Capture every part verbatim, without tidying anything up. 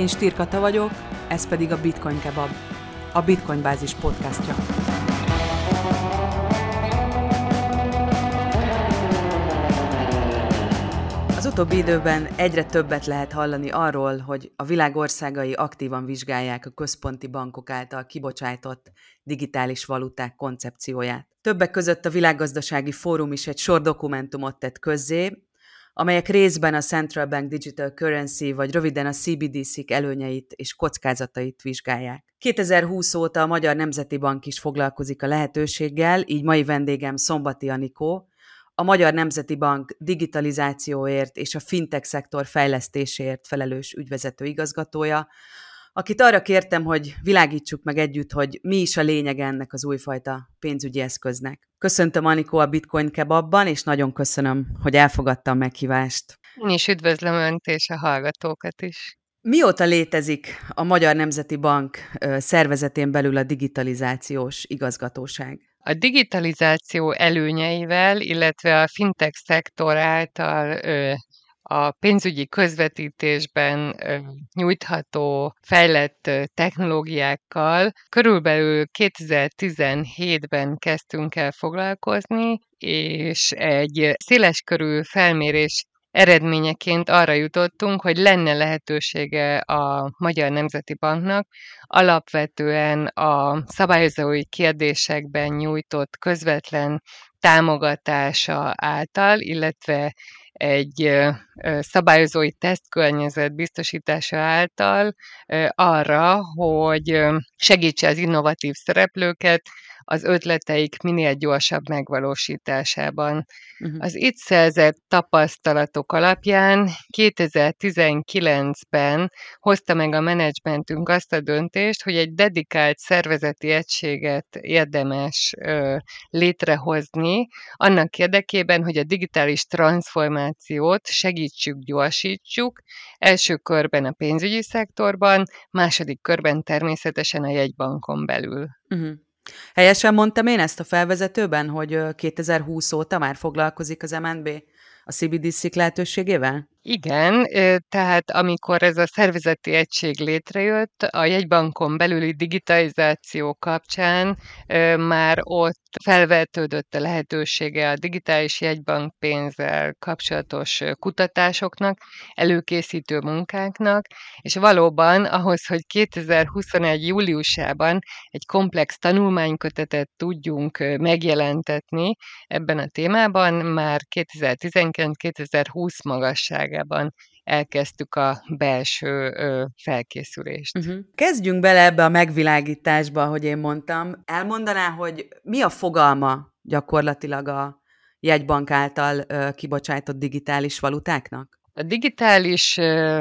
Én Stír Kata vagyok, ez pedig a Bitcoin Kebab, a Bitcoin Bázis podcastja. Az utóbbi időben egyre többet lehet hallani arról, hogy a világ országai aktívan vizsgálják a központi bankok által kibocsátott digitális valuták koncepcióját. Többek között a Világgazdasági Fórum is egy sor dokumentumot tett közzé, amelyek részben a Central Bank Digital Currency, vagy röviden a C B D C-k előnyeit és kockázatait vizsgálják. kétezer-húsz óta a Magyar Nemzeti Bank is foglalkozik a lehetőséggel, így mai vendégem Szombati Anikó, a Magyar Nemzeti Bank digitalizációért és a fintech szektor fejlesztéséért felelős ügyvezető igazgatója, akit arra kértem, hogy világítsuk meg együtt, hogy mi is a lényeg ennek az újfajta pénzügyi eszköznek. Köszöntöm Anikó a Bitcoin Kebabban, és nagyon köszönöm, hogy elfogadta a meghívást. Én is üdvözlöm Önt és a hallgatókat is. Mióta létezik a Magyar Nemzeti Bank szervezetén belül a digitalizációs igazgatóság? A digitalizáció előnyeivel, illetve a fintech szektor által ö, a pénzügyi közvetítésben ö, nyújtható fejlett ö, technológiákkal körülbelül kétezer-tizenhétben kezdtünk el foglalkozni, és egy széleskörű felmérés eredményeként arra jutottunk, hogy lenne lehetősége a Magyar Nemzeti Banknak alapvetően a szabályozói kérdésekben nyújtott közvetlen támogatása által, illetve egy szabályozói tesztkörnyezet biztosítása által arra, hogy segítse az innovatív szereplőket az ötleteik minél gyorsabb megvalósításában. Uh-huh. Az itt szerzett tapasztalatok alapján kétezer-tizenkilencben hozta meg a menedzsmentünk azt a döntést, hogy egy dedikált szervezeti egységet érdemes ö, létrehozni, annak érdekében, hogy a digitális transformációt segítsük, gyorsítsuk, első körben a pénzügyi szektorban, második körben természetesen a jegybankon belül. Uh-huh. Helyesen mondtam én ezt a felvezetőben, hogy kétezer-húsz óta már foglalkozik az em en bé a C B D C-k lehetőségével? Igen, tehát amikor ez a szervezeti egység létrejött, a jegybankon belüli digitalizáció kapcsán már ott felvetődött a lehetősége a digitális jegybankpénzzel kapcsolatos kutatásoknak, előkészítő munkáknak, és valóban ahhoz, hogy kétezer-huszonegy júliusában egy komplex tanulmánykötetet tudjunk megjelentetni ebben a témában, már kétezer-tizenkilenc-kétezer-húsz magasságában elkezdtük a belső ö, felkészülést. Uh-huh. Kezdjünk bele ebbe a megvilágításba, ahogy én mondtam. Elmondaná, hogy mi a fogalma gyakorlatilag a jegybank által ö, kibocsátott digitális valutáknak? A digitális ö,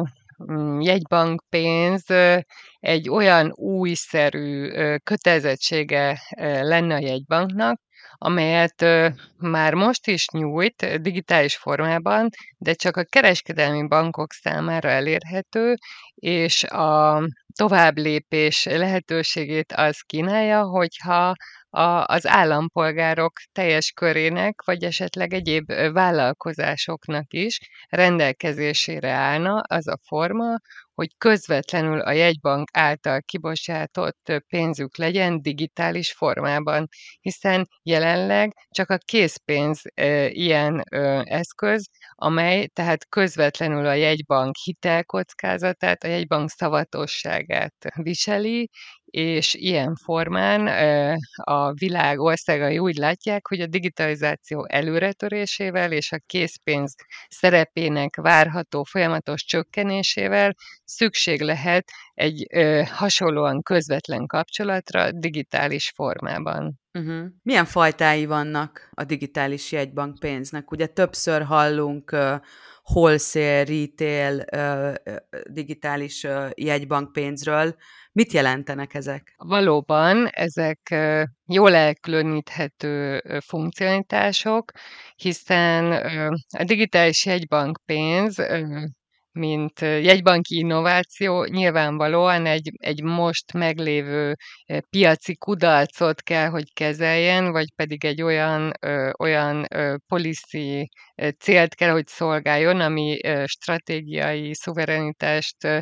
jegybankpénz ö, egy olyan újszerű ö, kötelezettsége ö, lenne a jegybanknak, amelyet ö, már most is nyújt digitális formában, de csak a kereskedelmi bankok számára elérhető, és a továbblépés lehetőségét az kínálja, hogyha a, az állampolgárok teljes körének, vagy esetleg egyéb vállalkozásoknak is rendelkezésére állna az a forma, hogy közvetlenül a jegybank által kibocsátott pénzük legyen digitális formában, hiszen jelenleg csak a készpénz e, ilyen e, eszköz, amely tehát közvetlenül a jegybank hitelkockázatát, a jegybank szavatosságát viseli, és ilyen formán e, a világ országai úgy látják, hogy a digitalizáció előretörésével és a készpénz szerepének várható folyamatos csökkenésével szükség lehet egy ö, hasonlóan közvetlen kapcsolatra digitális formában. Uh-huh. Milyen fajtái vannak a digitális jegybankpénznek? Ugye többször hallunk uh, wholesale, retail, uh, digitális uh, jegybankpénzről. Mit jelentenek ezek? Valóban ezek uh, jól elkülöníthető uh, funkcionalitások, hiszen uh, a digitális jegybankpénz uh, mint jegybanki innováció nyilvánvalóan egy egy most meglévő piaci kudarcot kell, hogy kezeljen, vagy pedig egy olyan ö, olyan ö, policy célt kell, hogy szolgáljon, ami ö, stratégiai szuverenitást ö,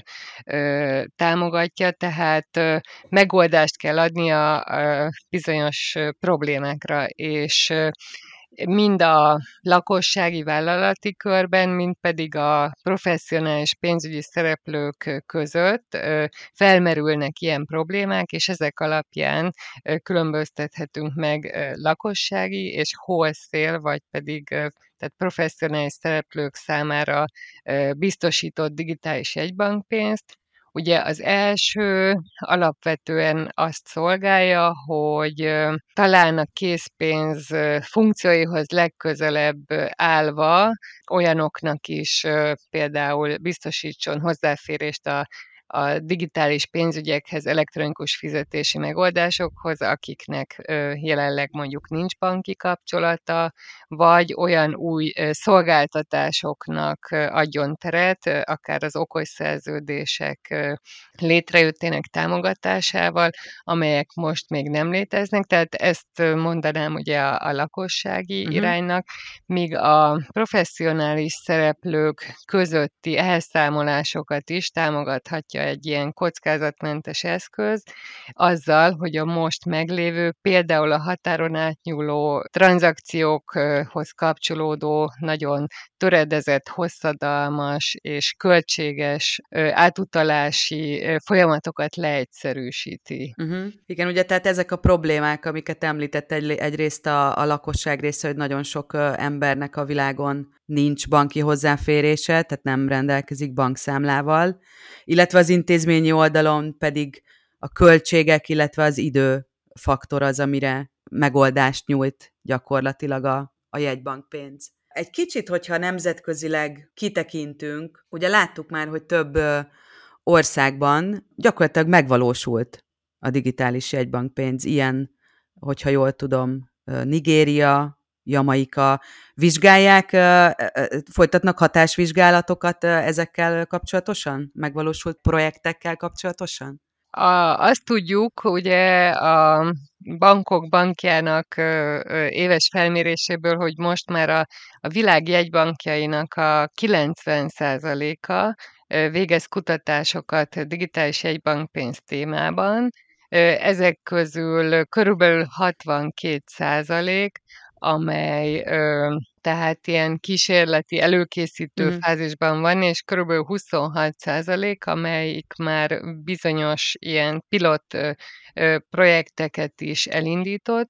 ö, támogatja, tehát ö, megoldást kell adnia a bizonyos problémákra, és ö, mind a lakossági vállalati körben, mind pedig a professzionális pénzügyi szereplők között ö, felmerülnek ilyen problémák, és ezek alapján ö, különböztethetünk meg ö, lakossági és wholesale, vagy pedig ö, tehát professzionális szereplők számára ö, biztosított digitális jegybankpénzt. Ugye az első alapvetően azt szolgálja, hogy ö, talán a készpénz ö, funkcióihoz legközelebb ö, állva olyanoknak is ö, például biztosítson hozzáférést a a digitális pénzügyekhez, elektronikus fizetési megoldásokhoz, akiknek ö, jelenleg mondjuk nincs banki kapcsolata, vagy olyan új ö, szolgáltatásoknak ö, adjon teret, ö, akár az okos szerződések ö, létrejöttének támogatásával, amelyek most még nem léteznek, tehát ezt ö, mondanám ugye a, a lakossági Uh-huh. iránynak, míg a professzionális szereplők közötti elszámolásokat is támogathatja egy ilyen kockázatmentes eszköz, azzal, hogy a most meglévő, például a határon átnyúló tranzakciókhoz kapcsolódó, nagyon töredezett, hosszadalmas és költséges ö, átutalási ö, folyamatokat leegyszerűsíti. Uh-huh. Igen, ugye tehát ezek a problémák, amiket említett egy, egyrészt a, a lakosság része, hogy nagyon sok ö, embernek a világon nincs banki hozzáférése, tehát nem rendelkezik bankszámlával, illetve az intézményi oldalon pedig a költségek, illetve az idő faktor az, amire megoldást nyújt gyakorlatilag a, a jegybankpénz. Egy kicsit, hogyha nemzetközileg kitekintünk, ugye láttuk már, hogy több ö, országban gyakorlatilag megvalósult a digitális jegybankpénz. Ilyen, hogyha jól tudom, Nigéria, Jamaika. Vizsgálják, folytatnak hatásvizsgálatokat ezekkel kapcsolatosan? Megvalósult projektekkel kapcsolatosan? A, azt tudjuk, ugye a bankok bankjának ö, ö, éves felméréséből, hogy most már a, a világ jegybankjainak a kilencven százaléka ö, végez kutatásokat digitális jegybankpénz témában. Ö, Ezek közül körülbelül hatvankét százalék, amely ö, tehát ilyen kísérleti, előkészítő Uh-huh. fázisban van, és körülbelül huszonhat százalék, amelyik már bizonyos ilyen pilot ö, ö, projekteket is elindított,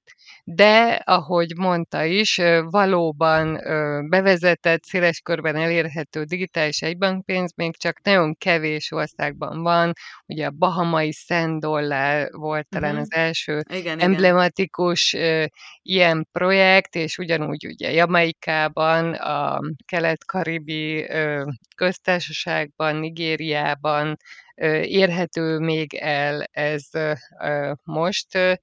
de ahogy mondta is, ö, valóban ö, bevezetett, széles körben elérhető digitális egybankpénz még csak nagyon kevés országban van. Ugye a bahamai Szent Dollár volt talán Uh-huh. az első Igen, igen. emblematikus ö, ilyen projekt, és ugyanúgy ugye Jamaikában, a kelet-karibi ö, köztársaságban, Nigériában ö, érhető még el ez ö, ö, most, ö,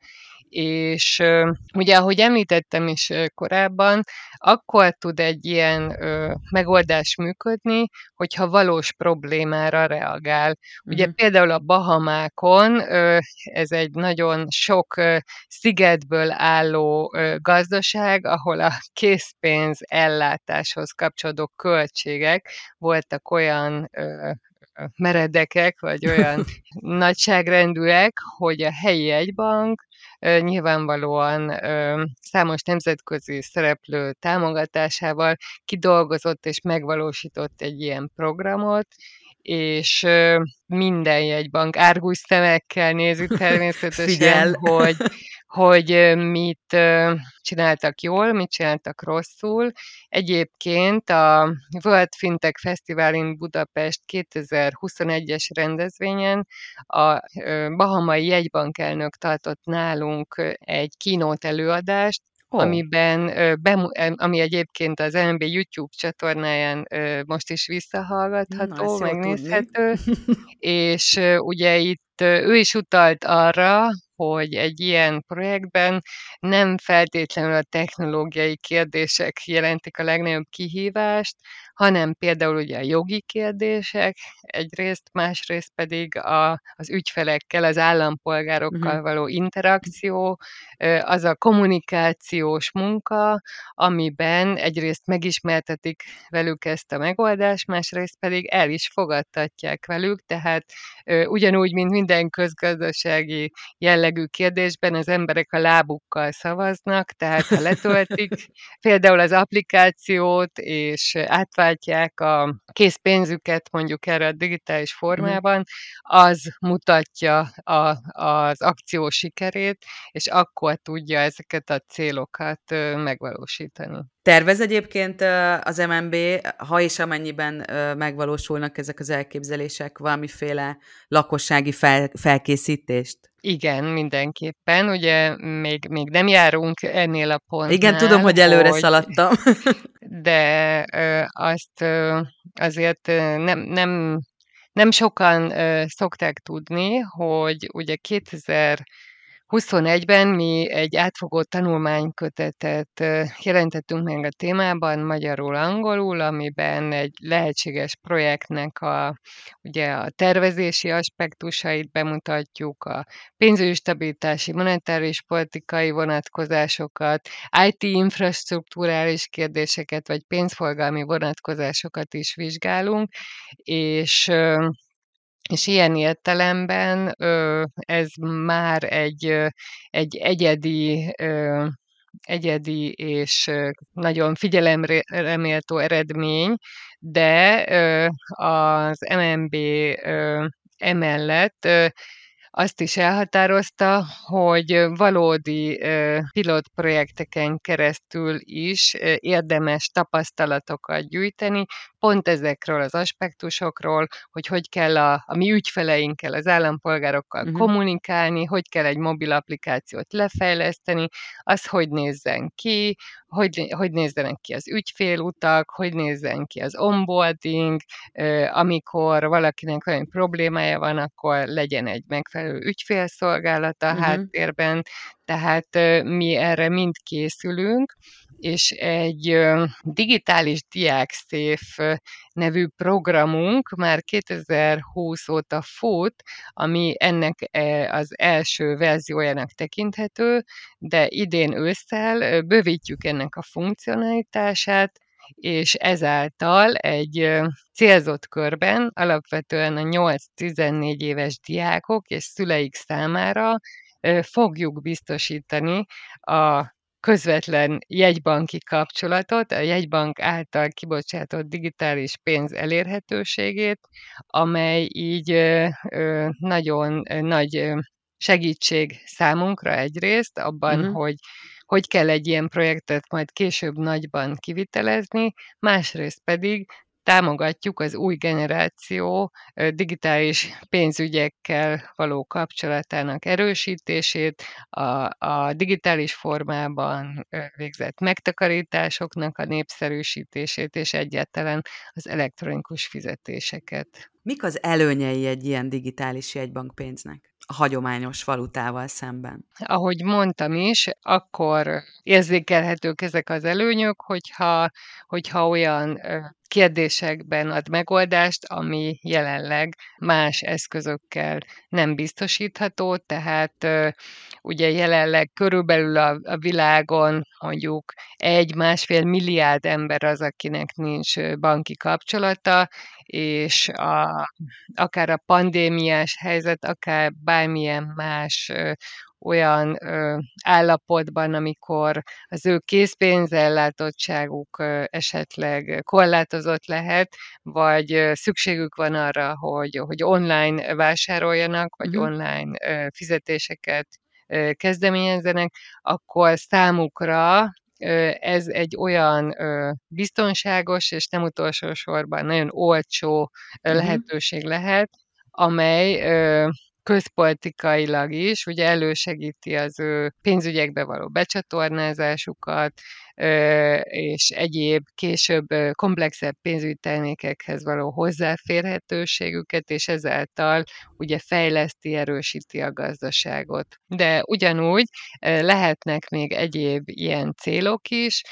és ö, ugye, ahogy említettem is ö, korábban, akkor tud egy ilyen ö, megoldás működni, hogyha valós problémára reagál. Ugye Uh-huh. például a Bahamákon ö, ez egy nagyon sok ö, szigetből álló ö, gazdaság, ahol a készpénz ellátáshoz kapcsolódó költségek voltak olyan ö, ö, meredekek, vagy olyan nagyságrendűek, hogy a helyi jegybank ö, nyilvánvalóan ö, számos nemzetközi szereplő támogatásával kidolgozott és megvalósított egy ilyen programot, és ö, minden jegybank árgus szemekkel nézi természetesen, Figyel. hogy hogy ö, mit ö, csináltak jól, mit csináltak rosszul. Egyébként a World Fintech Festival in Budapest kétezer-huszonegyes rendezvényen a ö, bahamai jegybankelnök tartott nálunk ö, egy keynote előadást, Ó, amiben ö, bemu- em- ami egyébként az em en bé YouTube csatornáján ö, most is na, visszahallgatható, ezt jó tudni. megnézhető, és ö, ugye itt ö, ő is utalt arra, hogy egy ilyen projektben nem feltétlenül a technológiai kérdések jelentik a legnagyobb kihívást, hanem például ugye a jogi kérdések egyrészt, másrészt pedig a az ügyfelekkel, az állampolgárokkal Mhm. való interakció, ö, az a kommunikációs munka, amiben egyrészt megismertetik velük ezt a megoldást, másrészt pedig el is fogadtatják velük, tehát, ö, ugyanúgy, mint minden közgazdasági jellegű kérdésben az emberek a lábukkal szavaznak, tehát ha letöltik például az applikációt, és átváltják a készpénzüket mondjuk erre a digitális Mhm. formában, az mutatja a az akció sikerét, és akkor tudja ezeket a célokat, ö, megvalósítani. Tervez egyébként, ö, az em en bé, ha és amennyiben, ö, megvalósulnak ezek az elképzelések, valamiféle lakossági fel felkészítést? Igen, mindenképpen. Ugye még még nem járunk ennél a Igen, tudom, pontnál, hogy előre hogy szaladtam. de, ö, azt, ö, azért, ö, nem nem nem sokan, ö, szokták tudni, hogy ugye kétezer-huszonegyben mi egy átfogó tanulmánykötetet, ö, jelentettünk meg a témában magyarul-angolul, amiben egy lehetséges projektnek a ugye a tervezési aspektusait bemutatjuk, a pénzügyi stabilitási, monetáris politikai vonatkozásokat, i té infrastrukturális kérdéseket, vagy pénzforgalmi vonatkozásokat is vizsgálunk, és, ö, és ilyen értelemben, ö, ez már egy, ö, egy egyedi, ö, egyedi és, ö, nagyon figyelemre re méltó eredmény, de, ö, az em en bé, ö, emellett, ö, azt is elhatározta, hogy valódi, ö, pilotprojekteken keresztül is, ö, érdemes tapasztalatokat gyűjteni, pont ezekről az aspektusokról, hogy hogy kell a a mi ügyfeleinkkel, az állampolgárokkal Mhm. kommunikálni, hogy kell egy mobil applikációt lefejleszteni, az hogy nézzen ki, hogy né hogy nézzenek ki az ügyfélutak, hogy nézzen ki az onboarding, ö, amikor valakinek valami problémája van, akkor legyen egy megfelelő ügyfélszolgálat a Mhm. háttérben. Tehát, ö, mi erre mind készülünk, és egy, ö, digitális diákszéf nevű programunk már kétezer-húsz óta fut, ami ennek, e az első verziójának tekinthető, de idén ősszel, ö, bővítjük ennek a funkcionalitását, és ezáltal egy, ö, célzott körben, alapvetően a nyolc-tizennégy éves diákok és szüleik számára, ö, fogjuk biztosítani a közvetlen jegybanki kapcsolatot, a jegybank által kibocsátott digitális pénz elérhetőségét, amely így, ö, ö, nagyon, ö, nagy, ö, segítség számunkra egyrészt abban, Mhm. hogy hogy kell egy ilyen projektet majd később nagyban kivitelezni, másrészt pedig támogatjuk az új generáció, ö, digitális pénzügyekkel való kapcsolatának erősítését, a a digitális formában, ö, végzett megtakarításoknak a népszerűsítését, és egyáltalán az elektronikus fizetéseket. Mik az előnyei egy ilyen digitális jegybankpénznek a hagyományos valutával szemben? Ahogy mondtam is, akkor érzékelhetők ezek az előnyök, hogyha hogyha olyan, ö, kérdésekben ad megoldást, ami jelenleg más eszközökkel nem biztosítható. Tehát, ö, ugye jelenleg körülbelül a a világon mondjuk egy-másfél milliárd ember az, akinek nincs, ö, banki kapcsolata, és a akár a pandémiás helyzet, akár bármilyen más, ö, olyan, ö, állapotban, amikor az ő készpénzellátottságuk, ö, esetleg korlátozott lehet, vagy, ö, szükségük van arra, hogy hogy online vásároljanak, vagy Mhm. online, ö, fizetéseket, ö, kezdeményezzenek, akkor számukra, ö, ez egy olyan, ö, biztonságos és nem utolsó sorban nagyon olcsó, ö, Mhm. lehetőség lehet, amely, ö, közpolitikailag is ugye elősegíti az ő pénzügyekbe való becsatornázásukat, és egyéb később komplexebb pénzügyi termékekhez való hozzáférhetőségüket, és ezáltal ugye fejleszti, erősíti a gazdaságot. De ugyanúgy lehetnek még egyéb ilyen célok is,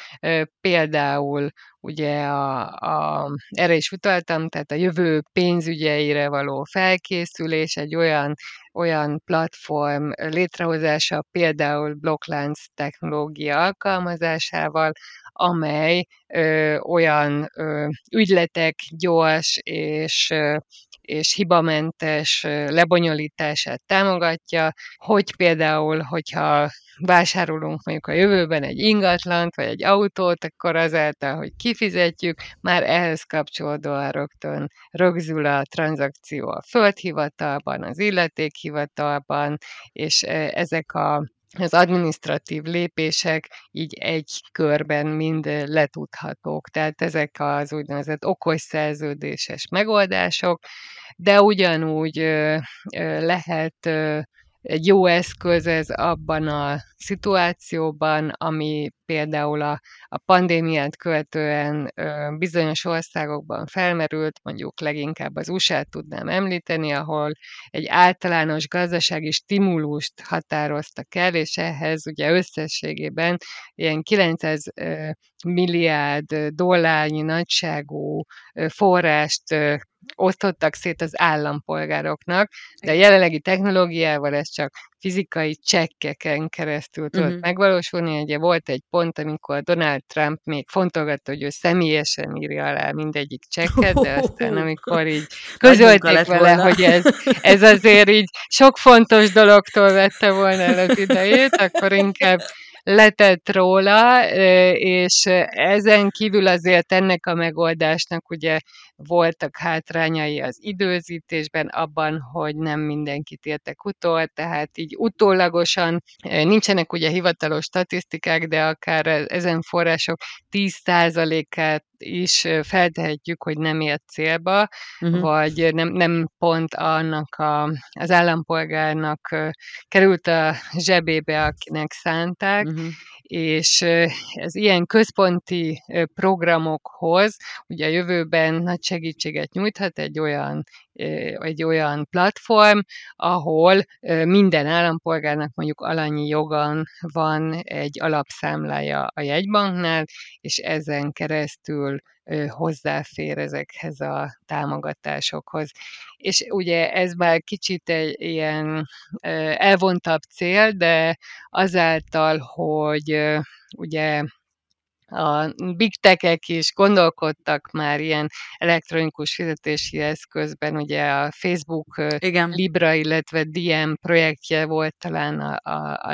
például ugye a, a, erre is utaltam, tehát a jövő pénzügyeire való felkészülés, egy olyan, olyan platform létrehozása, például blokklánc technológia alkalmazásával, amely ö, olyan ö, ügyletek gyors és ö, és hibamentes lebonyolítását támogatja, hogy például, hogyha vásárolunk mondjuk a jövőben egy ingatlant, vagy egy autót, akkor azáltal, hogy kifizetjük, már ehhez kapcsolódóan rögtön rögzül a tranzakció a földhivatalban, az illetékhivatalban, és ezek a az adminisztratív lépések így egy körben mind letudhatók. Tehát ezek az úgynevezett okos szerződéses megoldások, de ugyanúgy ö, ö, lehet ö, egy jó eszköz ez abban a szituációban, ami például a, a pandémiát követően ö, bizonyos országokban felmerült, mondjuk leginkább az u es á-t tudnám említeni, ahol egy általános gazdasági stimulust határoztak el, és ehhez ugye összességében ilyen kilencszáz ö, milliárd dollárnyi nagyságú ö, forrást ö, osztottak szét az állampolgároknak, de a jelenlegi technológiával ez csak fizikai csekkeken keresztül tudott Uh-huh. megvalósulni. Ugye volt egy pont, amikor Donald Trump még fontolgatta, hogy ő személyesen írja alá mindegyik csekket, de aztán amikor így közölték vele, volna. hogy ez, ez azért így sok fontos dologtól vette volna el az idejét, akkor inkább letett róla, és ezen kívül azért ennek a megoldásnak ugye voltak hátrányai az időzítésben, abban, hogy nem mindenkit értek utol, tehát így utólagosan nincsenek ugye hivatalos statisztikák, de akár ezen források tíz százalékát is feltehetjük, hogy nem ért célba, uh-huh. vagy nem, nem pont annak a, az állampolgárnak került a zsebébe, akinek szánták, uh-huh. és ez ilyen központi programokhoz ugye a jövőben nagy segítséget nyújthat egy olyan, egy olyan platform, ahol minden állampolgárnak mondjuk alanyi jogon van egy alapszámlája a jegybanknál, és ezen keresztül hozzáfér ezekhez a támogatásokhoz. És ugye ez már kicsit egy ilyen elvontabb cél, de azáltal, hogy ugye a big tech-ek is gondolkodtak már ilyen elektronikus fizetési eszközben, ugye a Facebook Igen. Libra, illetve dé em projektje volt talán a, a, a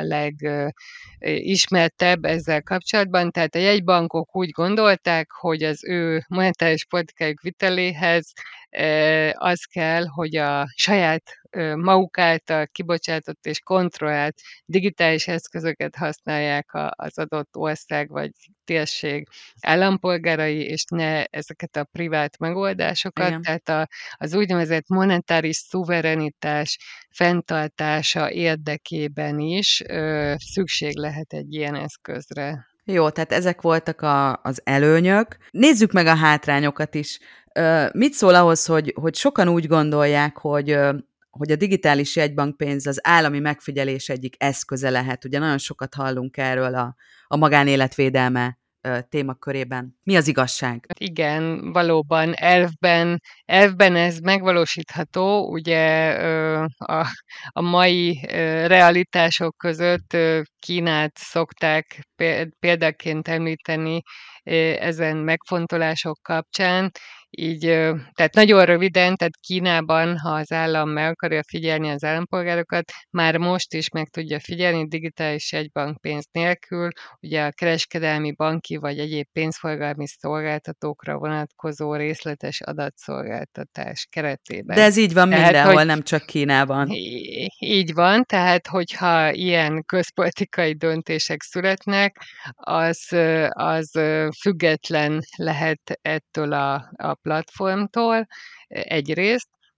legismertebb ezzel kapcsolatban, tehát a jegybankok úgy gondolták, hogy az ő monetáris politikájuk viteléhez az kell, hogy a saját maguk által kibocsátott és kontrollált digitális eszközöket használják az adott ország vagy térség állampolgárai, és ne ezeket a privát megoldásokat. Igen. Tehát a, az úgynevezett monetáris szuverenitás fenntartása érdekében is ö, szükség lehet egy ilyen eszközre. Jó, tehát ezek voltak a, az előnyök. Nézzük meg a hátrányokat is. Ö, mit szól ahhoz, hogy, hogy sokan úgy gondolják, hogy ö, hogy a digitális jegybankpénz az állami megfigyelés egyik eszköze lehet. Ugye nagyon sokat hallunk erről a, a magánéletvédelme témakörében. Mi az igazság? Igen, valóban elvben, elvben ez megvalósítható, ugye a, a mai realitások között Kínát szokták példaként említeni ezen megfontolások kapcsán, így, tehát nagyon röviden, tehát Kínában, ha az állam meg akarja figyelni az állampolgárokat, már most is meg tudja figyelni digitális jegybankpénz nélkül, ugye a kereskedelmi, banki vagy egyéb pénzforgalmi szolgáltatókra vonatkozó részletes adatszolgáltatás keretében. De ez így van tehát, mindenhol, hogy, nem csak Kínában. Így van, tehát hogyha ilyen közpolitikai döntések születnek, az, az független lehet ettől a, a platformtól egyrészt,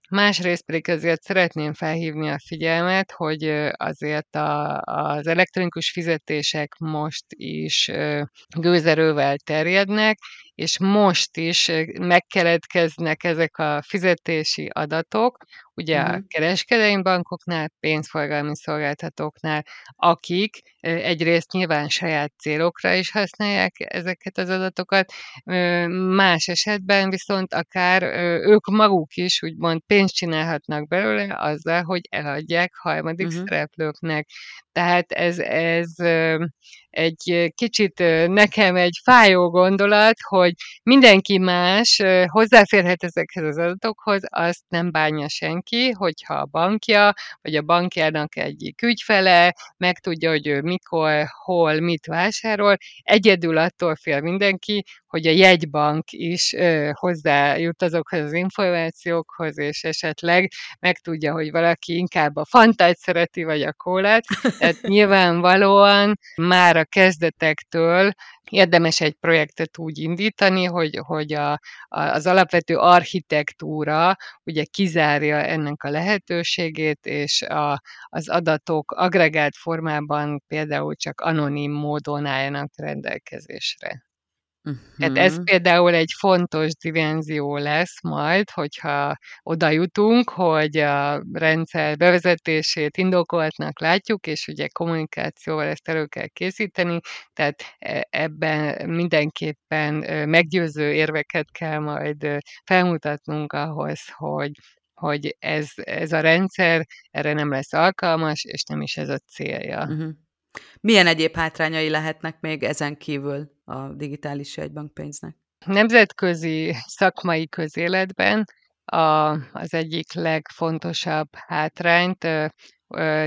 Másrészt pedig azért szeretném felhívni a figyelmet, hogy ö, azért a az elektronikus fizetések most is ö, gőzerővel terjednek, és most is ö, megkeletkeznek ezek a fizetési adatok, ugye a Uh-huh. kereskedelmi bankoknál, pénzforgalmi szolgáltatóknál, akik ö, egyrészt nyilván saját célokra is használják ezeket az adatokat, ö, más esetben viszont akár ö, ők maguk is úgymond pénzt csinálhatnak belőle azzal, hogy eladják harmadik Uh-huh. szereplőknek. Tehát ez ez ö, egy kicsit ö, nekem egy fájó gondolat, hogy mindenki más ö, hozzáférhet ezekhez az adatokhoz, azt nem bánja senki, hogyha a bankja, vagy a bankjának egyik ügyfele megtudja, hogy ő mikor, hol, mit vásárol. Egyedül attól fél mindenki, hogy a jegybank is ö, hozzájut azokhoz az információkhoz, és esetleg megtudja, hogy valaki inkább a Fantát szereti, vagy a kólát. Tehát nyilvánvalóan már a kezdetektől érdemes egy projektet úgy indítani, hogy, hogy a, a, az alapvető architektúra ugye kizárja ennek a lehetőségét, és a, az adatok agregált formában például csak anonim módon álljanak rendelkezésre. Tehát ez Uh-huh. például egy fontos dimenzió lesz majd, hogyha oda jutunk, hogy a rendszer bevezetését indokoltnak látjuk, és ugye kommunikációval ezt elő kell készíteni, tehát e ebben mindenképpen ö, meggyőző érveket kell majd ö, felmutatnunk ahhoz, hogy hogy ez ez a rendszer erre nem lesz alkalmas, és nem is ez a célja. Uh-huh. Milyen egyéb hátrányai lehetnek még ezen kívül a digitális jegybankpénznek? Nemzetközi szakmai közéletben a az egyik legfontosabb hátrányt ö, ö,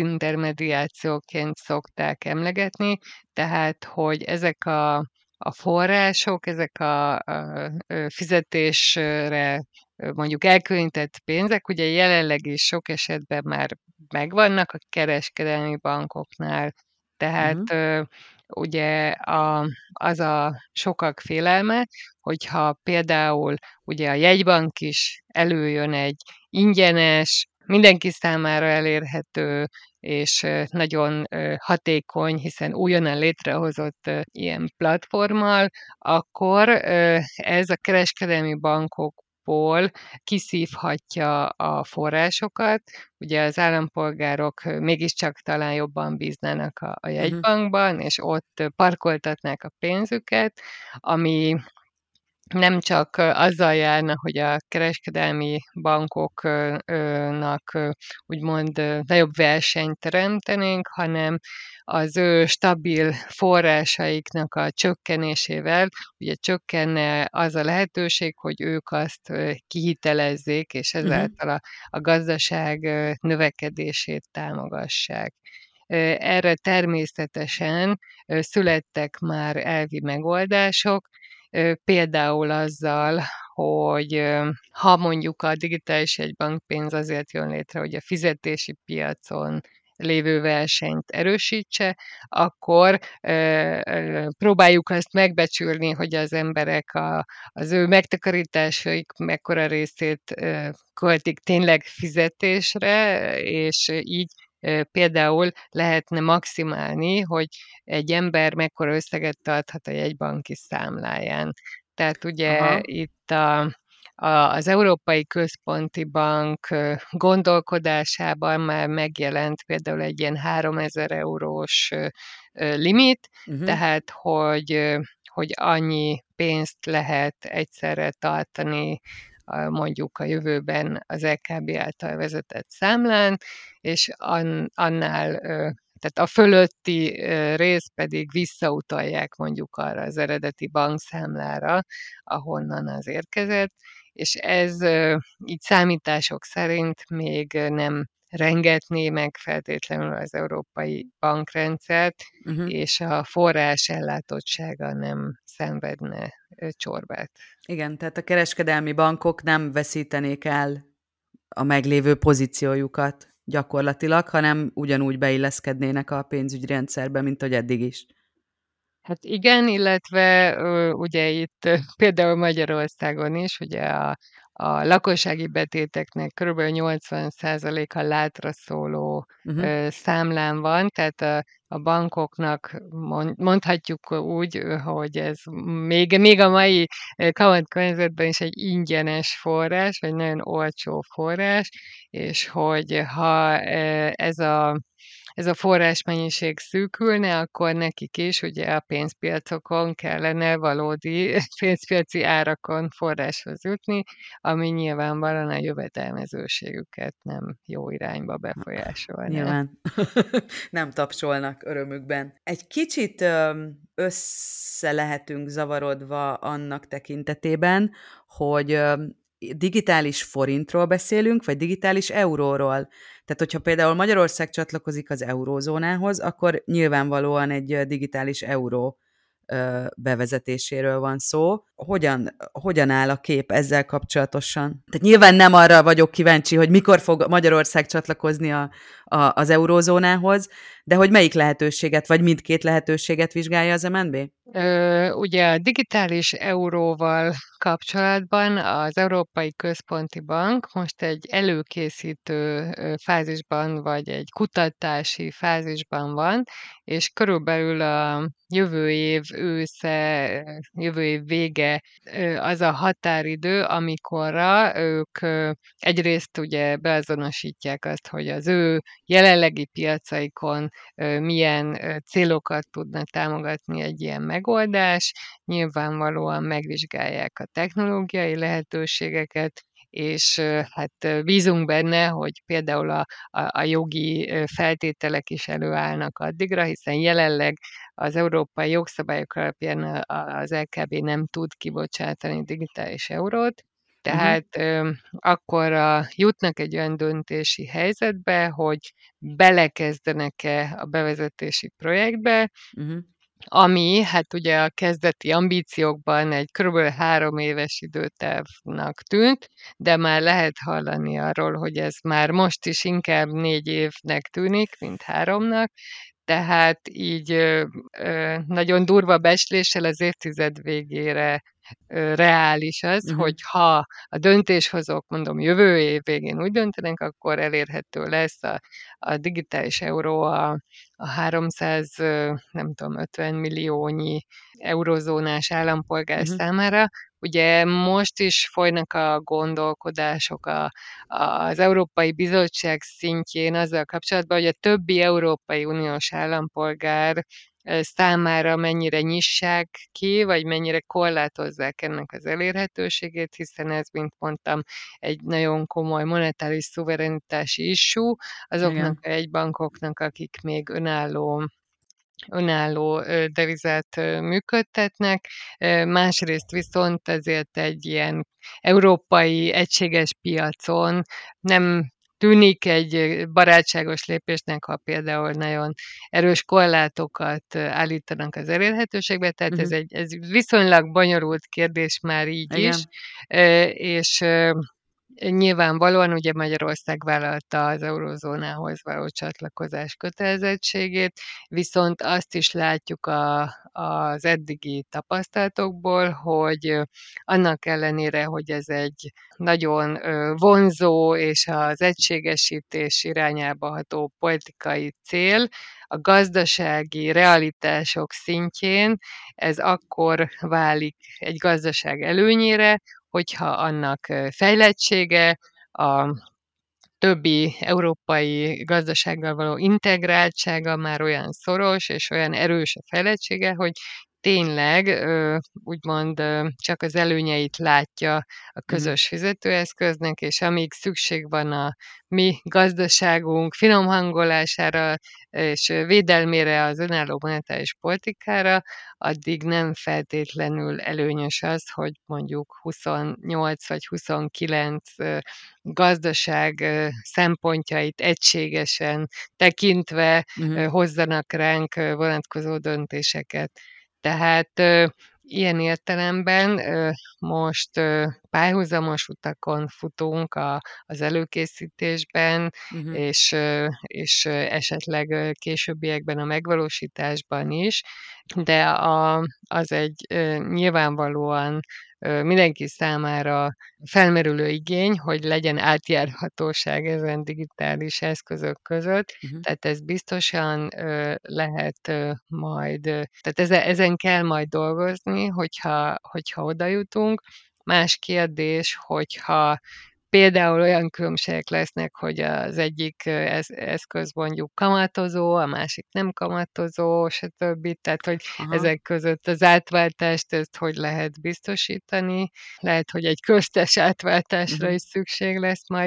dezintermediációként szokták emlegetni, tehát hogy ezek a a források, ezek a a ö, fizetésre ö, mondjuk elkülönített pénzek ugye jelenleg is sok esetben már megvannak a kereskedelmi bankoknál, Uh-huh. tehát ö, ugye a az a sokak félelme, hogyha például ugye a jegybank is előjön egy ingyenes, mindenki számára elérhető és ö, nagyon ö, hatékony, hiszen újonnan létrehozott ö, ilyen platformmal, akkor ö, ez a kereskedelmi bankokból kiszívhatja a forrásokat. Ugye az állampolgárok ö, mégiscsak talán jobban bíznának a a Uh-huh. jegybankban, és ott parkoltatnák a pénzüket, ami nem csak ö, azzal járna, hogy a kereskedelmi bankok ö, ö, nak ö, úgymond ö, nagyobb versenyt teremtenénk, hanem az ő stabil forrásaiknak a csökkenésével ugye csökkenne az a lehetőség, hogy ők azt ö, kihitelezzék, és Uh-huh. ezáltal a a gazdaság ö, növekedését támogassák. Ö, erre természetesen ö, születtek már elvi megoldások, Ö, például azzal, hogy ö, ha mondjuk a digitális jegybankpénz azért jön létre, hogy a fizetési piacon lévő versenyt erősítse, akkor ö, ö, próbáljuk azt megbecsülni, hogy az emberek a az ő megtakarításaik mekkora részét ö, költik tényleg fizetésre, és így ö, például lehetne maximálni, hogy egy ember mekkora összeget tarthat a jegybanki számláján. Tehát ugye Aha. itt a a az Európai Központi Bank ö, gondolkodásában már megjelent például egy ilyen háromezer eurós ö, ö, limit, Uh-huh. tehát hogy ö, hogy annyi pénzt lehet egyszerre tartani a mondjuk a jövőben az é ká bé által vezetett számlán, és an annál ö, tehát a fölötti ö, részt pedig visszautalják mondjuk arra az eredeti bankszámlára, ahonnan az érkezett, és ez ö, így számítások szerint még ö, nem rengetné meg feltétlenül az európai bankrendszert, Uh-huh. és a forrás ellátottsága nem szenvedne ö, csorbát. Igen, tehát a kereskedelmi bankok nem veszítenék el a meglévő pozíciójukat gyakorlatilag, hanem ugyanúgy beilleszkednének a pénzügyrendszerbe, mint ahogy eddig is. Hát igen, illetve ö, ugye itt ö, például Magyarországon is ugye a a lakossági betéteknek körülbelül nyolcvan százaléka látra szóló Uh-huh. ö, számlán van, tehát a, a bankoknak mond, mondhatjuk úgy, ö, hogy ez még, még a mai ö, kamatkörnyezetben is egy ingyenes forrás, vagy nagyon olcsó forrás, és hogy ha ö, ez a ez a forrásmennyiség szűkülne, akkor nekik is ugye a pénzpiacokon kellene valódi pénzpiaci árakon forráshoz jutni, ami nyilvánvalóan a jövedelmezőségüket nem jó irányba befolyásolná. Nyilván nem tapsolnak örömükben. Egy kicsit öm, össze lehetünk zavarodva annak tekintetében, hogy öm, digitális forintról beszélünk, vagy digitális euróról. Tehát, hogyha például Magyarország csatlakozik az eurózónához, akkor nyilvánvalóan egy ö, digitális euró ö, bevezetéséről van szó. Hogyan, hogyan áll a kép ezzel kapcsolatosan? Tehát nyilván nem arra vagyok kíváncsi, hogy mikor fog Magyarország csatlakozni a, a, az eurózónához, de hogy melyik lehetőséget, vagy mindkét lehetőséget vizsgálja az em en bé? Ö, ugye a digitális euróval kapcsolatban az Európai Központi Bank most egy előkészítő ö, fázisban, vagy egy kutatási fázisban van, és körülbelül a jövő év ősze, ö, jövő év vége ö, az a határidő, amikorra ők ö, egyrészt ugye beazonosítják azt, hogy az ő jelenlegi piacaikon ö, milyen ö, célokat tudna támogatni egy ilyen megoldás. Nyilvánvalóan megvizsgálják a technológiai lehetőségeket, és ö, hát ö, bízunk benne, hogy például a, a, a jogi ö, feltételek is előállnak addigra, hiszen jelenleg az európai jogszabályok alapján a- a- az el ká bé nem tud kibocsátani digitális eurót, Uh-huh, tehát ö, akkorra jutnak egy olyan döntési helyzetbe, hogy belekezdenek-e a bevezetési projektbe, uh-huh, ami hát ugye a kezdeti ambíciókban egy körülbelül három éves időtávnak tűnt, de már lehet hallani arról, hogy ez már most is inkább négy évnek tűnik, mint háromnak, tehát így ö, ö, nagyon durva becsléssel az évtized végére ö, reális az, uh-huh, hogy ha a döntéshozók, mondom, jövő év végén úgy döntenek, akkor elérhető lesz a, a digitális euró a, a háromszáz, ö, nem tudom, ötven milliónyi eurozónás állampolgár uh-huh, számára. Ugye most is folynak a gondolkodások a, az Európai Bizottság szintjén azzal kapcsolatban, hogy a többi Európai Uniós állampolgár ö, számára mennyire nyissák ki, vagy mennyire korlátozzák ennek az elérhetőségét, hiszen ez, mint mondtam, egy nagyon komoly monetáris szuverenitási issue azoknak igen. a jegybankoknak, akik még önálló önálló ö, devizát ö, működtetnek, ö, másrészt viszont ezért egy ilyen európai egységes piacon nem tűnik egy ö, barátságos lépésnek, ha például nagyon erős korlátokat ö, állítanak az elérhetőségbe, tehát ez Uh-huh, egy ez viszonylag bonyolult kérdés már így is, igen. ö, és ö, nyilvánvalóan ugye Magyarország vállalta az eurózónához való csatlakozás kötelezettségét, viszont azt is látjuk a, az eddigi tapasztalatokból, hogy ö, annak ellenére, hogy ez egy nagyon ö, vonzó és az egységesítés irányába ható politikai cél, a gazdasági realitások szintjén ez akkor válik egy gazdaság előnyére, hogyha annak ö, fejlettsége, a többi európai gazdasággal való integráltsága már olyan szoros és olyan erős a fejlettsége, hogy tényleg ö, úgymond ö, csak az előnyeit látja a Uh-huh, közös fizetőeszköznek, és amíg szükség van a mi gazdaságunk finomhangolására és védelmére az önálló monetáris politikára, addig nem feltétlenül előnyös az, hogy mondjuk huszonnyolc vagy huszonkilenc ö, gazdaság ö, szempontjait egységesen tekintve ö, uh-huh, hozzanak ránk ö, vonatkozó döntéseket. Tehát ö, ilyen értelemben ö, most ö, párhuzamos utakon futunk a, az előkészítésben, uh-huh, és, ö, és ö, esetleg ö, későbbiekben a megvalósításban is, de a, az egy ö, nyilvánvalóan mindenki számára felmerülő igény, hogy legyen átjárhatóság ezen digitális eszközök között. Uh-huh. Tehát ez biztosan lehet majd, tehát ezen kell majd dolgozni, hogyha, hogyha oda jutunk. Más kérdés, hogyha például olyan különbségek lesznek, hogy az egyik eszköz mondjuk kamatozó, a másik nem kamatozó, stb. Tehát, hogy Aha. ezek között az átváltást, ezt hogy lehet biztosítani. Lehet, hogy egy köztes átváltásra Uh-huh. is szükség lesz majd,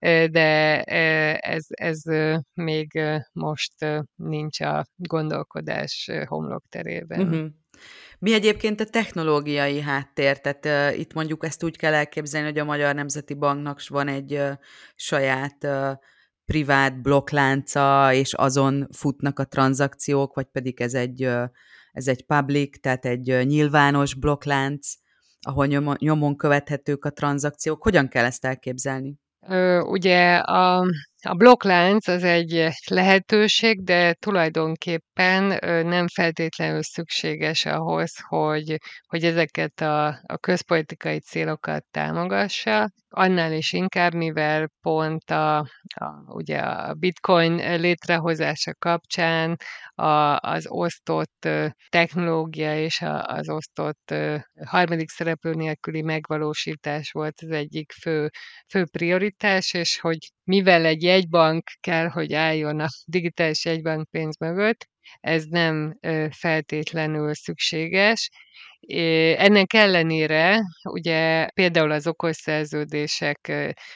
de ez, ez még most nincs a gondolkodás homlokterében. Uh-huh. Mi egyébként a technológiai háttér? Tehát uh, itt mondjuk ezt úgy kell elképzelni, hogy a Magyar Nemzeti Banknak van egy uh, saját uh, privát blokklánca, és azon futnak a tranzakciók, vagy pedig ez egy, uh, ez egy public, tehát egy uh, nyilvános blokklánc, ahol nyomon, nyomon követhetők a tranzakciók. Hogyan kell ezt elképzelni? Ö, ugye a, a blokklánc az egy lehetőség, de tulajdonképpen ö, nem feltétlenül szükséges ahhoz, hogy, hogy ezeket a, a közpolitikai célokat támogassa. Annál is inkább, mivel pont a, a, ugye a bitcoin létrehozása kapcsán a, az osztott ö, technológia és a, az osztott ö, harmadik szereplő nélküli megvalósítás volt az egyik fő fő prioritás, és hogy mivel egy jegybank kell, hogy álljon a digitális jegybankpénz mögött, ez nem feltétlenül szükséges. Ennek ellenére ugye például az okos szerződések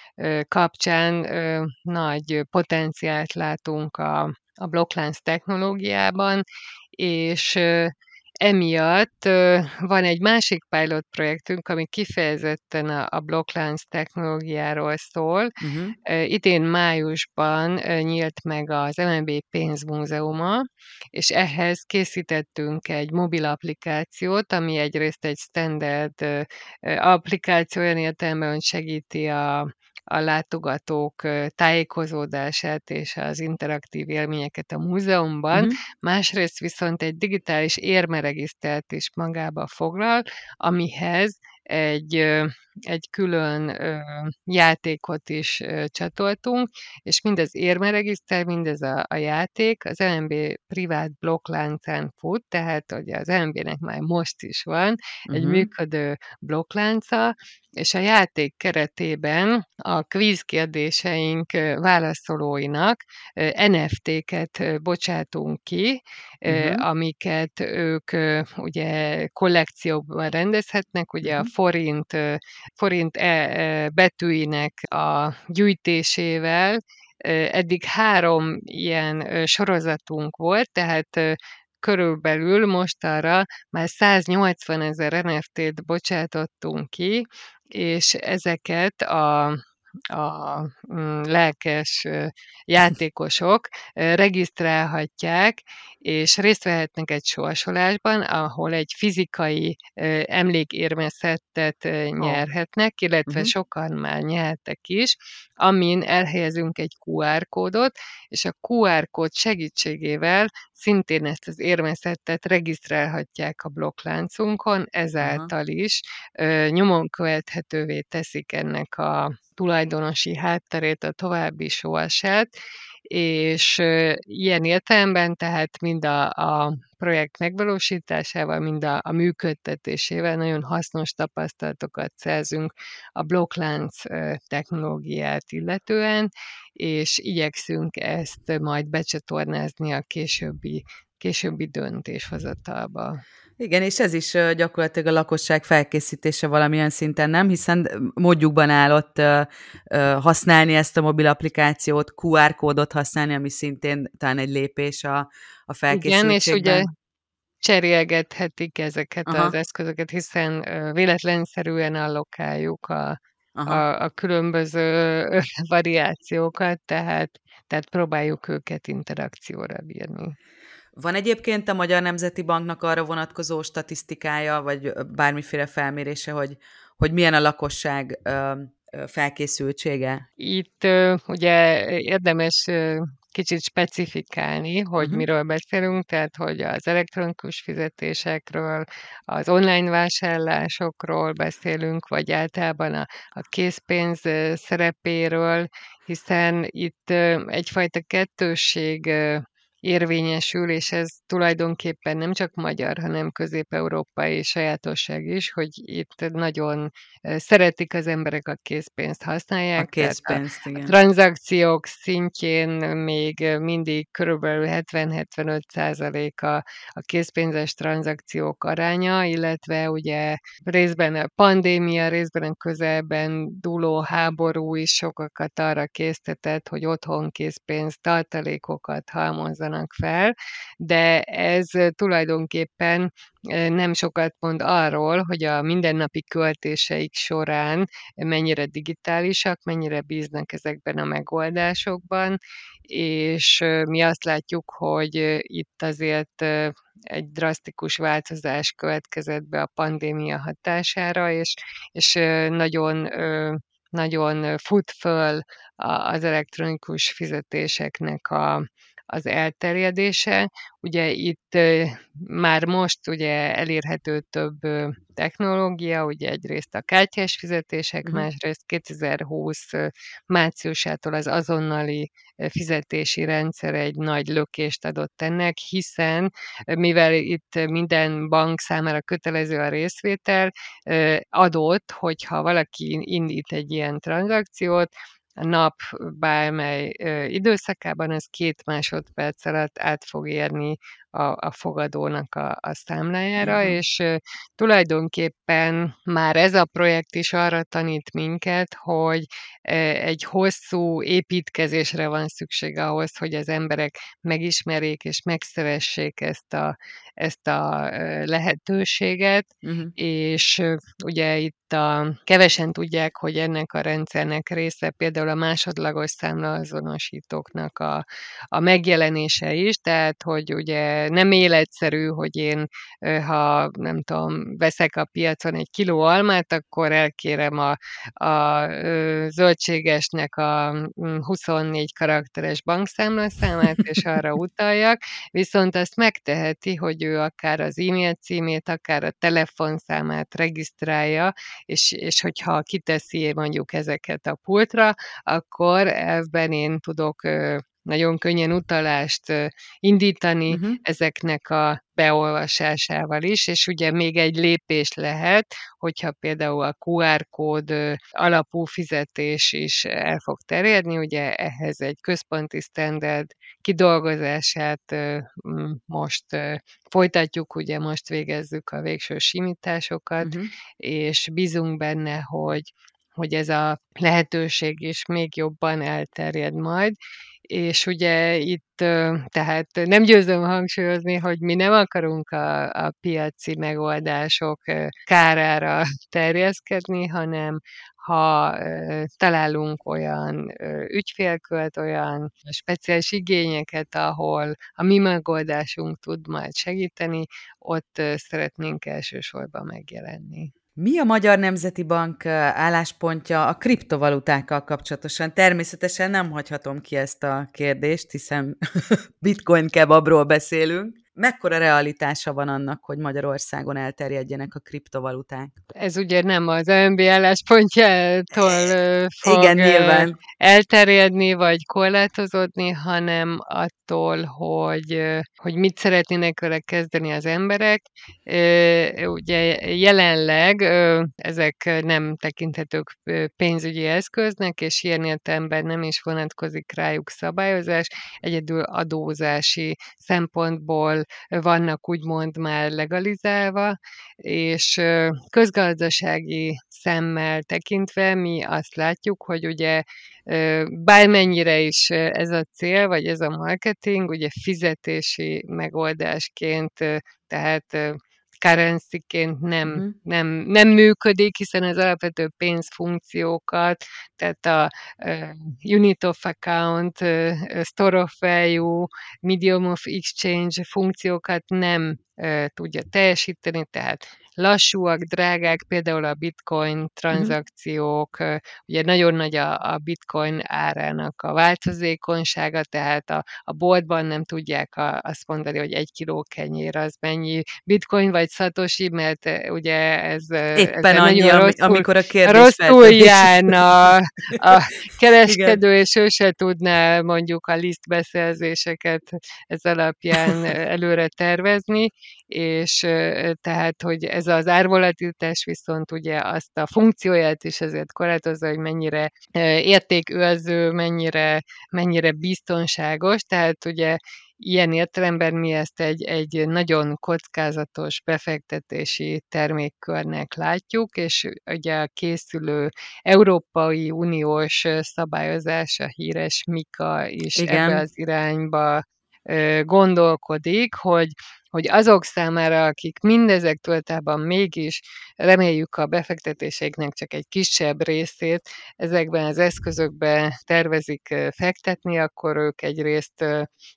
kapcsán nagy potenciált látunk a, a blokklánc technológiában, és emiatt van egy másik pilot projektünk, ami kifejezetten a, a blokklánc technológiáról szól. Uh-huh. Idén májusban nyílt meg az em en bé pénzmúzeuma, és ehhez készítettünk egy mobil applikációt, ami egyrészt egy standard applikáció, olyan értelemben, hogy segíti a a látogatók tájékozódását és az interaktív élményeket a múzeumban, Uh-huh. másrészt viszont egy digitális érmeregisztert is magába foglal, amihez egy, egy külön játékot is csatoltunk, és mindez érmeregiszter, mindez a, a játék az em en bé privát blokkláncán fut, tehát ugye az em en bé-nek már most is van egy Uh-huh. működő blokklánca, és a játék keretében a kvíz kérdéseink válaszolóinak en ef té-ket bocsátunk ki, Uh-huh. amiket ők ugye kollekcióban rendezhetnek, ugye a Uh-huh. forint, forint e, betűinek a gyűjtésével. Eddig három ilyen sorozatunk volt, tehát körülbelül mostanra már száznyolcvanezer en ef té-t bocsátottunk ki, és ezeket a a mm, lelkes játékosok regisztrálhatják, és részt vehetnek egy sorsolásban, ahol egy fizikai emlékérmeszettet Oh. nyerhetnek, illetve Uh-huh. sokan már nyertek is, amin elhelyezünk egy kú er kódot, és a kú er kód segítségével szintén ezt az érmeszettet regisztrálhatják a blokkláncunkon, ezáltal is ö, nyomon követhetővé teszik ennek a tulajdonosi hátterét, a további sorsát, és ilyen értelemben tehát mind a, a projekt megvalósításával, mind a, a működtetésével nagyon hasznos tapasztalatokat szerzünk a blokklánc technológiát illetően, és igyekszünk ezt majd becsatornázni a későbbi, későbbi döntéshozatalba. Igen, és ez is gyakorlatilag a lakosság felkészítése valamilyen szinten, nem? Hiszen módjukban áll ott használni ezt a mobil applikációt, kú er kódot használni, ami szintén talán egy lépés a, a Igen, és ugye felkészültségben. cserélgethetik ezeket az Aha, eszközöket, hiszen véletlenszerűen allokáljuk a, a, aha. a különböző variációkat, tehát, tehát próbáljuk őket interakcióra bírni. Van egyébként a Magyar Nemzeti Banknak arra vonatkozó statisztikája, vagy bármiféle felmérése, hogy, hogy milyen a lakosság felkészültsége? Itt ugye érdemes kicsit specifikálni, hogy Uh-huh. miről beszélünk, tehát hogy az elektronikus fizetésekről, az online vásárlásokról beszélünk, vagy általában a, a készpénz szerepéről, hiszen itt egyfajta kettősség érvényesül, és ez tulajdonképpen nem csak magyar, hanem közép-európai sajátosság is, hogy itt nagyon szeretik az emberek a készpénzt A használják, tehát a, készpénzt, a igen. tranzakciók szintjén még mindig körülbelül hetven-hetvenöt százalék a, a készpénzes tranzakciók aránya, illetve ugye részben a pandémia, részben a közelben dúló háború is sokakat arra késztetett, hogy otthon készpénz tartalékokat halmozzanak fel, de ez tulajdonképpen nem sokat mond arról, hogy a mindennapi költéseik során mennyire digitálisak, mennyire bíznak ezekben a megoldásokban, és mi azt látjuk, hogy itt azért egy drasztikus változás következett be a pandémia hatására, és, és nagyon nagyon fut föl az elektronikus fizetéseknek a, az elterjedése. Ugye itt már most ugye elérhető több technológia, ugye egyrészt a kártyás fizetések, Uh-huh. másrészt kétezer-húsz márciusától az azonnali fizetési rendszer egy nagy lökést adott ennek, hiszen mivel itt minden bank számára kötelező a részvétel, adott, hogyha valaki indít egy ilyen tranzakciót, a nap bármely időszakában ez két másodperc alatt át fog érni a, a fogadónak a, a számlájára, Aha. és tulajdonképpen már ez a projekt is arra tanít minket, hogy egy hosszú építkezésre van szükség ahhoz, hogy az emberek megismerjék és megszeressék ezt a, ezt a lehetőséget, Uh-huh. és ugye itt a, kevesen tudják, hogy ennek a rendszernek része például a másodlagos számlaazonosítóknak a, a megjelenése is, tehát hogy ugye nem életszerű, hogy én ha nem tudom, veszek a piacon egy kiló almát, akkor elkérem a, a zöldségesnek a huszonnégy karakteres bankszámlaszámát, és arra utaljak, viszont azt megteheti, hogy ő akár az e-mail címét, akár a telefonszámát regisztrálja, és, és hogyha kiteszi mondjuk ezeket a pultra, akkor ebben én tudok nagyon könnyen utalást indítani Uh-huh. ezeknek a beolvasásával is, és ugye még egy lépés lehet, hogyha például a kú er kód alapú fizetés is el fog terjedni, ugye ehhez egy központi standard kidolgozását most folytatjuk, ugye most végezzük a végső simításokat, Uh-huh. és bízunk benne, hogy hogy ez a lehetőség is még jobban elterjed majd, és ugye itt tehát nem győzöm hangsúlyozni, hogy mi nem akarunk a, a piaci megoldások kárára terjeszkedni, hanem ha találunk olyan ügyfélkört, olyan speciális igényeket, ahol a mi megoldásunk tud majd segíteni, ott szeretnénk elsősorban megjelenni. Mi a Magyar Nemzeti Bank álláspontja a kriptovalutákkal kapcsolatosan? Természetesen nem hagyhatom ki ezt a kérdést, hiszen bitcoin kebabról beszélünk. Mekkora realitása van annak, hogy Magyarországon elterjedjenek a kriptovaluták? Ez ugye nem az em en bé álláspontjától Igen, fog nyilván. elterjedni vagy korlátozódni, hanem attól, hogy, hogy mit szeretnének vele kezdeni az emberek. Ugye jelenleg ezek nem tekinthetők pénzügyi eszköznek, és ilyen értelemben nem is vonatkozik rájuk szabályozás, egyedül adózási szempontból vannak úgymond már legalizálva, és közgazdasági szemmel tekintve mi azt látjuk, hogy ugye bármennyire is ez a cél, vagy ez a marketing, ugye fizetési megoldásként, tehát currency-ként nem, Uh-huh. nem, nem működik, hiszen az alapvető pénzfunkciókat, tehát a unit of account, store of value, medium of exchange funkciókat nem tudja teljesíteni, tehát lassúak, drágák, például a bitcoin Uh-huh. tranzakciók, ugye nagyon nagy a, a bitcoin árának a változékonysága, tehát a, a boltban nem tudják a, azt mondani, hogy egy kiló kenyér az mennyi bitcoin vagy szatosi, mert ugye ez, Éppen ezzel annyi, nagyon ami, rosszul, amikor a kérdés rosszul feltevés. járna a Igen. kereskedő, és ő se tudná mondjuk a lisztbeszerzéseket ez alapján előre tervezni, és tehát, hogy ez az árvolatilitás viszont ugye azt a funkcióját is ezért korlátozza, hogy mennyire értékőrző, mennyire, mennyire biztonságos, tehát ugye ilyen értelemben mi ezt egy, egy nagyon kockázatos befektetési termékkörnek látjuk, és ugye a készülő Európai Uniós szabályozás, a híres MiCA is ebbe Igen. az irányba gondolkodik, hogy, hogy azok számára, akik mindezek tudatában mégis reméljük a befektetéseiknek csak egy kisebb részét ezekben az eszközökben tervezik fektetni, akkor ők egyrészt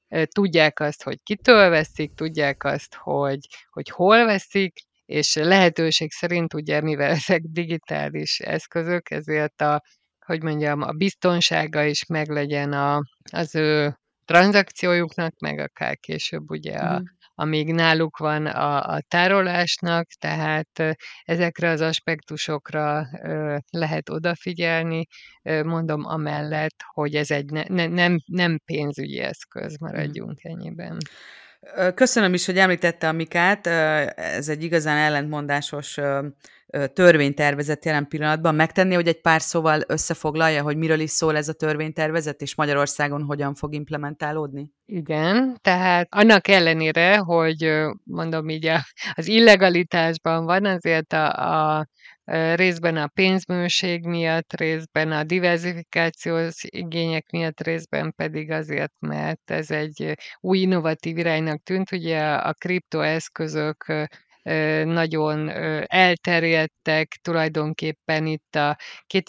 tudják azt, hogy kitől veszik, tudják azt, hogy, hogy hol veszik, és lehetőség szerint ugye, mivel ezek digitális eszközök, ezért a, hogy mondjam, a biztonsága is meglegyen a, az ő tranzakciójuknak, meg akár később ugye, a, Uh-huh. amíg náluk van a, a tárolásnak, tehát ö, ezekre az aspektusokra ö, lehet odafigyelni, ö, mondom amellett, hogy ez egy ne, ne, nem, nem pénzügyi eszköz, Uh-huh. maradjunk ennyiben. Ö, Köszönöm is, hogy említette a Mikát. Ö, Ez egy igazán ellentmondásos ö, ö, törvénytervezet jelen pillanatban. Megtenni, hogy egy pár szóval összefoglalja, hogy miről is szól ez a törvénytervezet, és Magyarországon hogyan fog implementálódni? Igen, tehát annak ellenére, hogy ö, mondom így a, az illegalitásban van, azért a, a ö, részben a pénzbűnség miatt, részben a diverzifikációs igények miatt, részben pedig azért, mert ez egy új innovatív iránynak tűnt. Ugye a kriptoeszközök ö, ö, nagyon ö, elterjedtek, tulajdonképpen itt a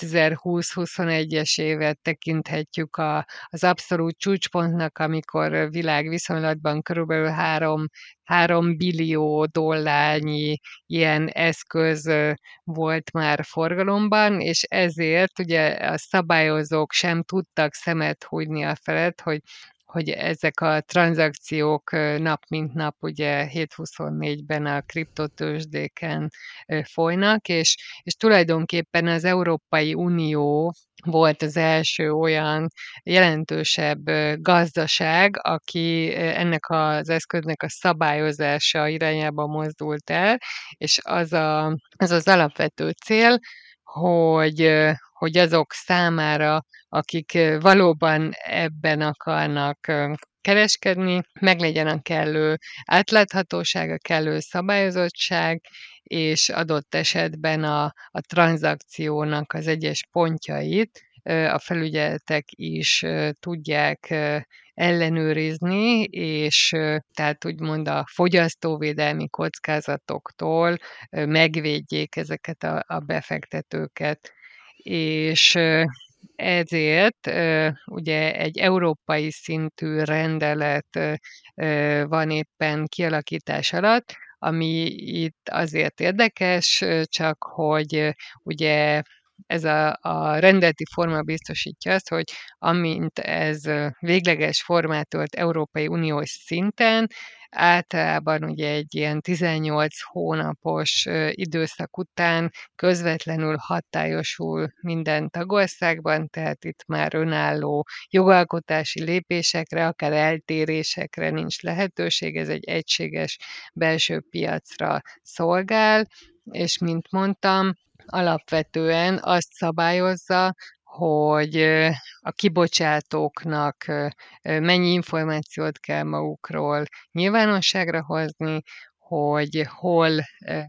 kétezer-húsz-huszonegyes évet tekinthetjük a az abszolút csúcspontnak, amikor világviszonylatban körülbelül három, három billió dollárnyi ilyen eszköz volt már forgalomban, és ezért ugye a szabályozók sem tudtak szemet hújni a felett, hogy hogy ezek a tranzakciók nap mint nap ugye hét huszonnégyben a kriptotőzsdéken folynak, és, és tulajdonképpen az Európai Unió volt az első olyan jelentősebb gazdaság, aki ennek az eszköznek a szabályozása irányába mozdult el, és az a, az, az alapvető cél, hogy, hogy azok számára, akik valóban ebben akarnak kereskedni, meglegyen a kellő átláthatóság, a kellő szabályozottság, és adott esetben a, a tranzakciónak az egyes pontjait a felügyeletek is tudják ellenőrizni, és tehát úgymond a fogyasztóvédelmi kockázatoktól megvédjék ezeket a, a befektetőket. És ezért ugye egy európai szintű rendelet van éppen kialakítás alatt, ami itt azért érdekes, csak hogy ugye ez a, a rendeleti forma biztosítja azt, hogy amint ez végleges formát ölt Európai Uniós szinten, általában ugye egy ilyen tizennyolc hónapos időszak után közvetlenül hatályosul minden tagországban, tehát itt már önálló jogalkotási lépésekre, akár eltérésekre nincs lehetőség, ez egy egységes belső piacra szolgál, és mint mondtam, alapvetően azt szabályozza, hogy a kibocsátóknak mennyi információt kell magukról nyilvánosságra hozni, hogy hol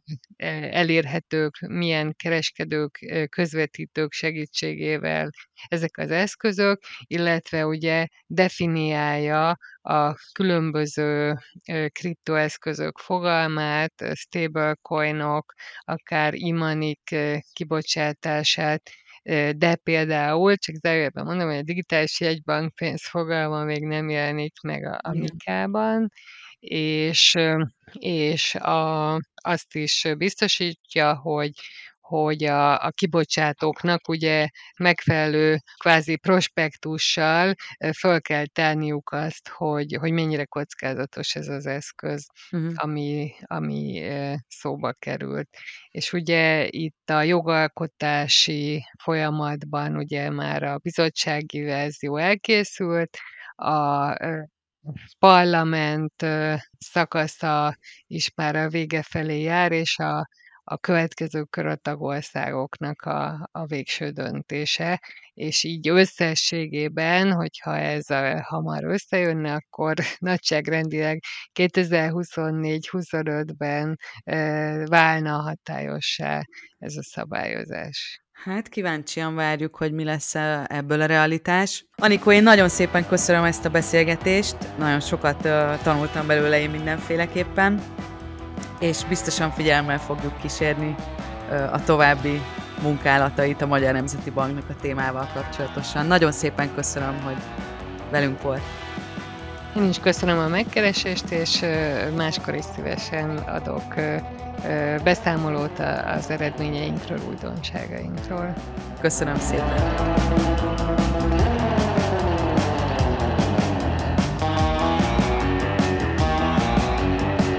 elérhetők, milyen kereskedők, közvetítők segítségével ezek az eszközök, illetve ugye definiálja a különböző kriptoeszközök fogalmát, stablecoinok, akár imanik kibocsátását, de például, csak zárójelben mondom, hogy a digitális jegybankpénz fogalma még nem jelenik meg a, a Igen. MiCA-ban, és, és a azt is biztosítja, hogy hogy a a kibocsátóknak ugye megfelelő kvázi prospektussal föl kell tárniuk azt, hogy hogy mennyire kockázatos ez az eszköz, Uh-huh. ami ami szóba került. És ugye itt a jogalkotási folyamatban ugye már a bizottsági verzió elkészült, a parlament szakasza is már a vége felé jár, és a a következő kör a tagországoknak a a végső döntése, és így összességében, hogyha ez hamar összejönne, akkor nagyságrendileg kétezer-huszonnégy-huszonötben válna hatályossá ez a szabályozás. Hát kíváncsian várjuk, hogy mi lesz ebből a realitás. Anikó, én nagyon szépen köszönöm ezt a beszélgetést, nagyon sokat uh, tanultam belőle én mindenféleképpen, és biztosan figyelemmel fogjuk kísérni uh, a további munkálatait a Magyar Nemzeti Banknak a témával kapcsolatosan. Nagyon szépen köszönöm, hogy velünk volt. Én is köszönöm a megkeresést, és máskor is szívesen adok beszámolót az eredményeinkről, újdonságainkról. Köszönöm szépen!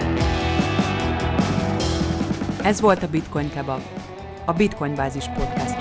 Ez volt a Bitcoin Kebab, a Bitcoin Bázis Podcast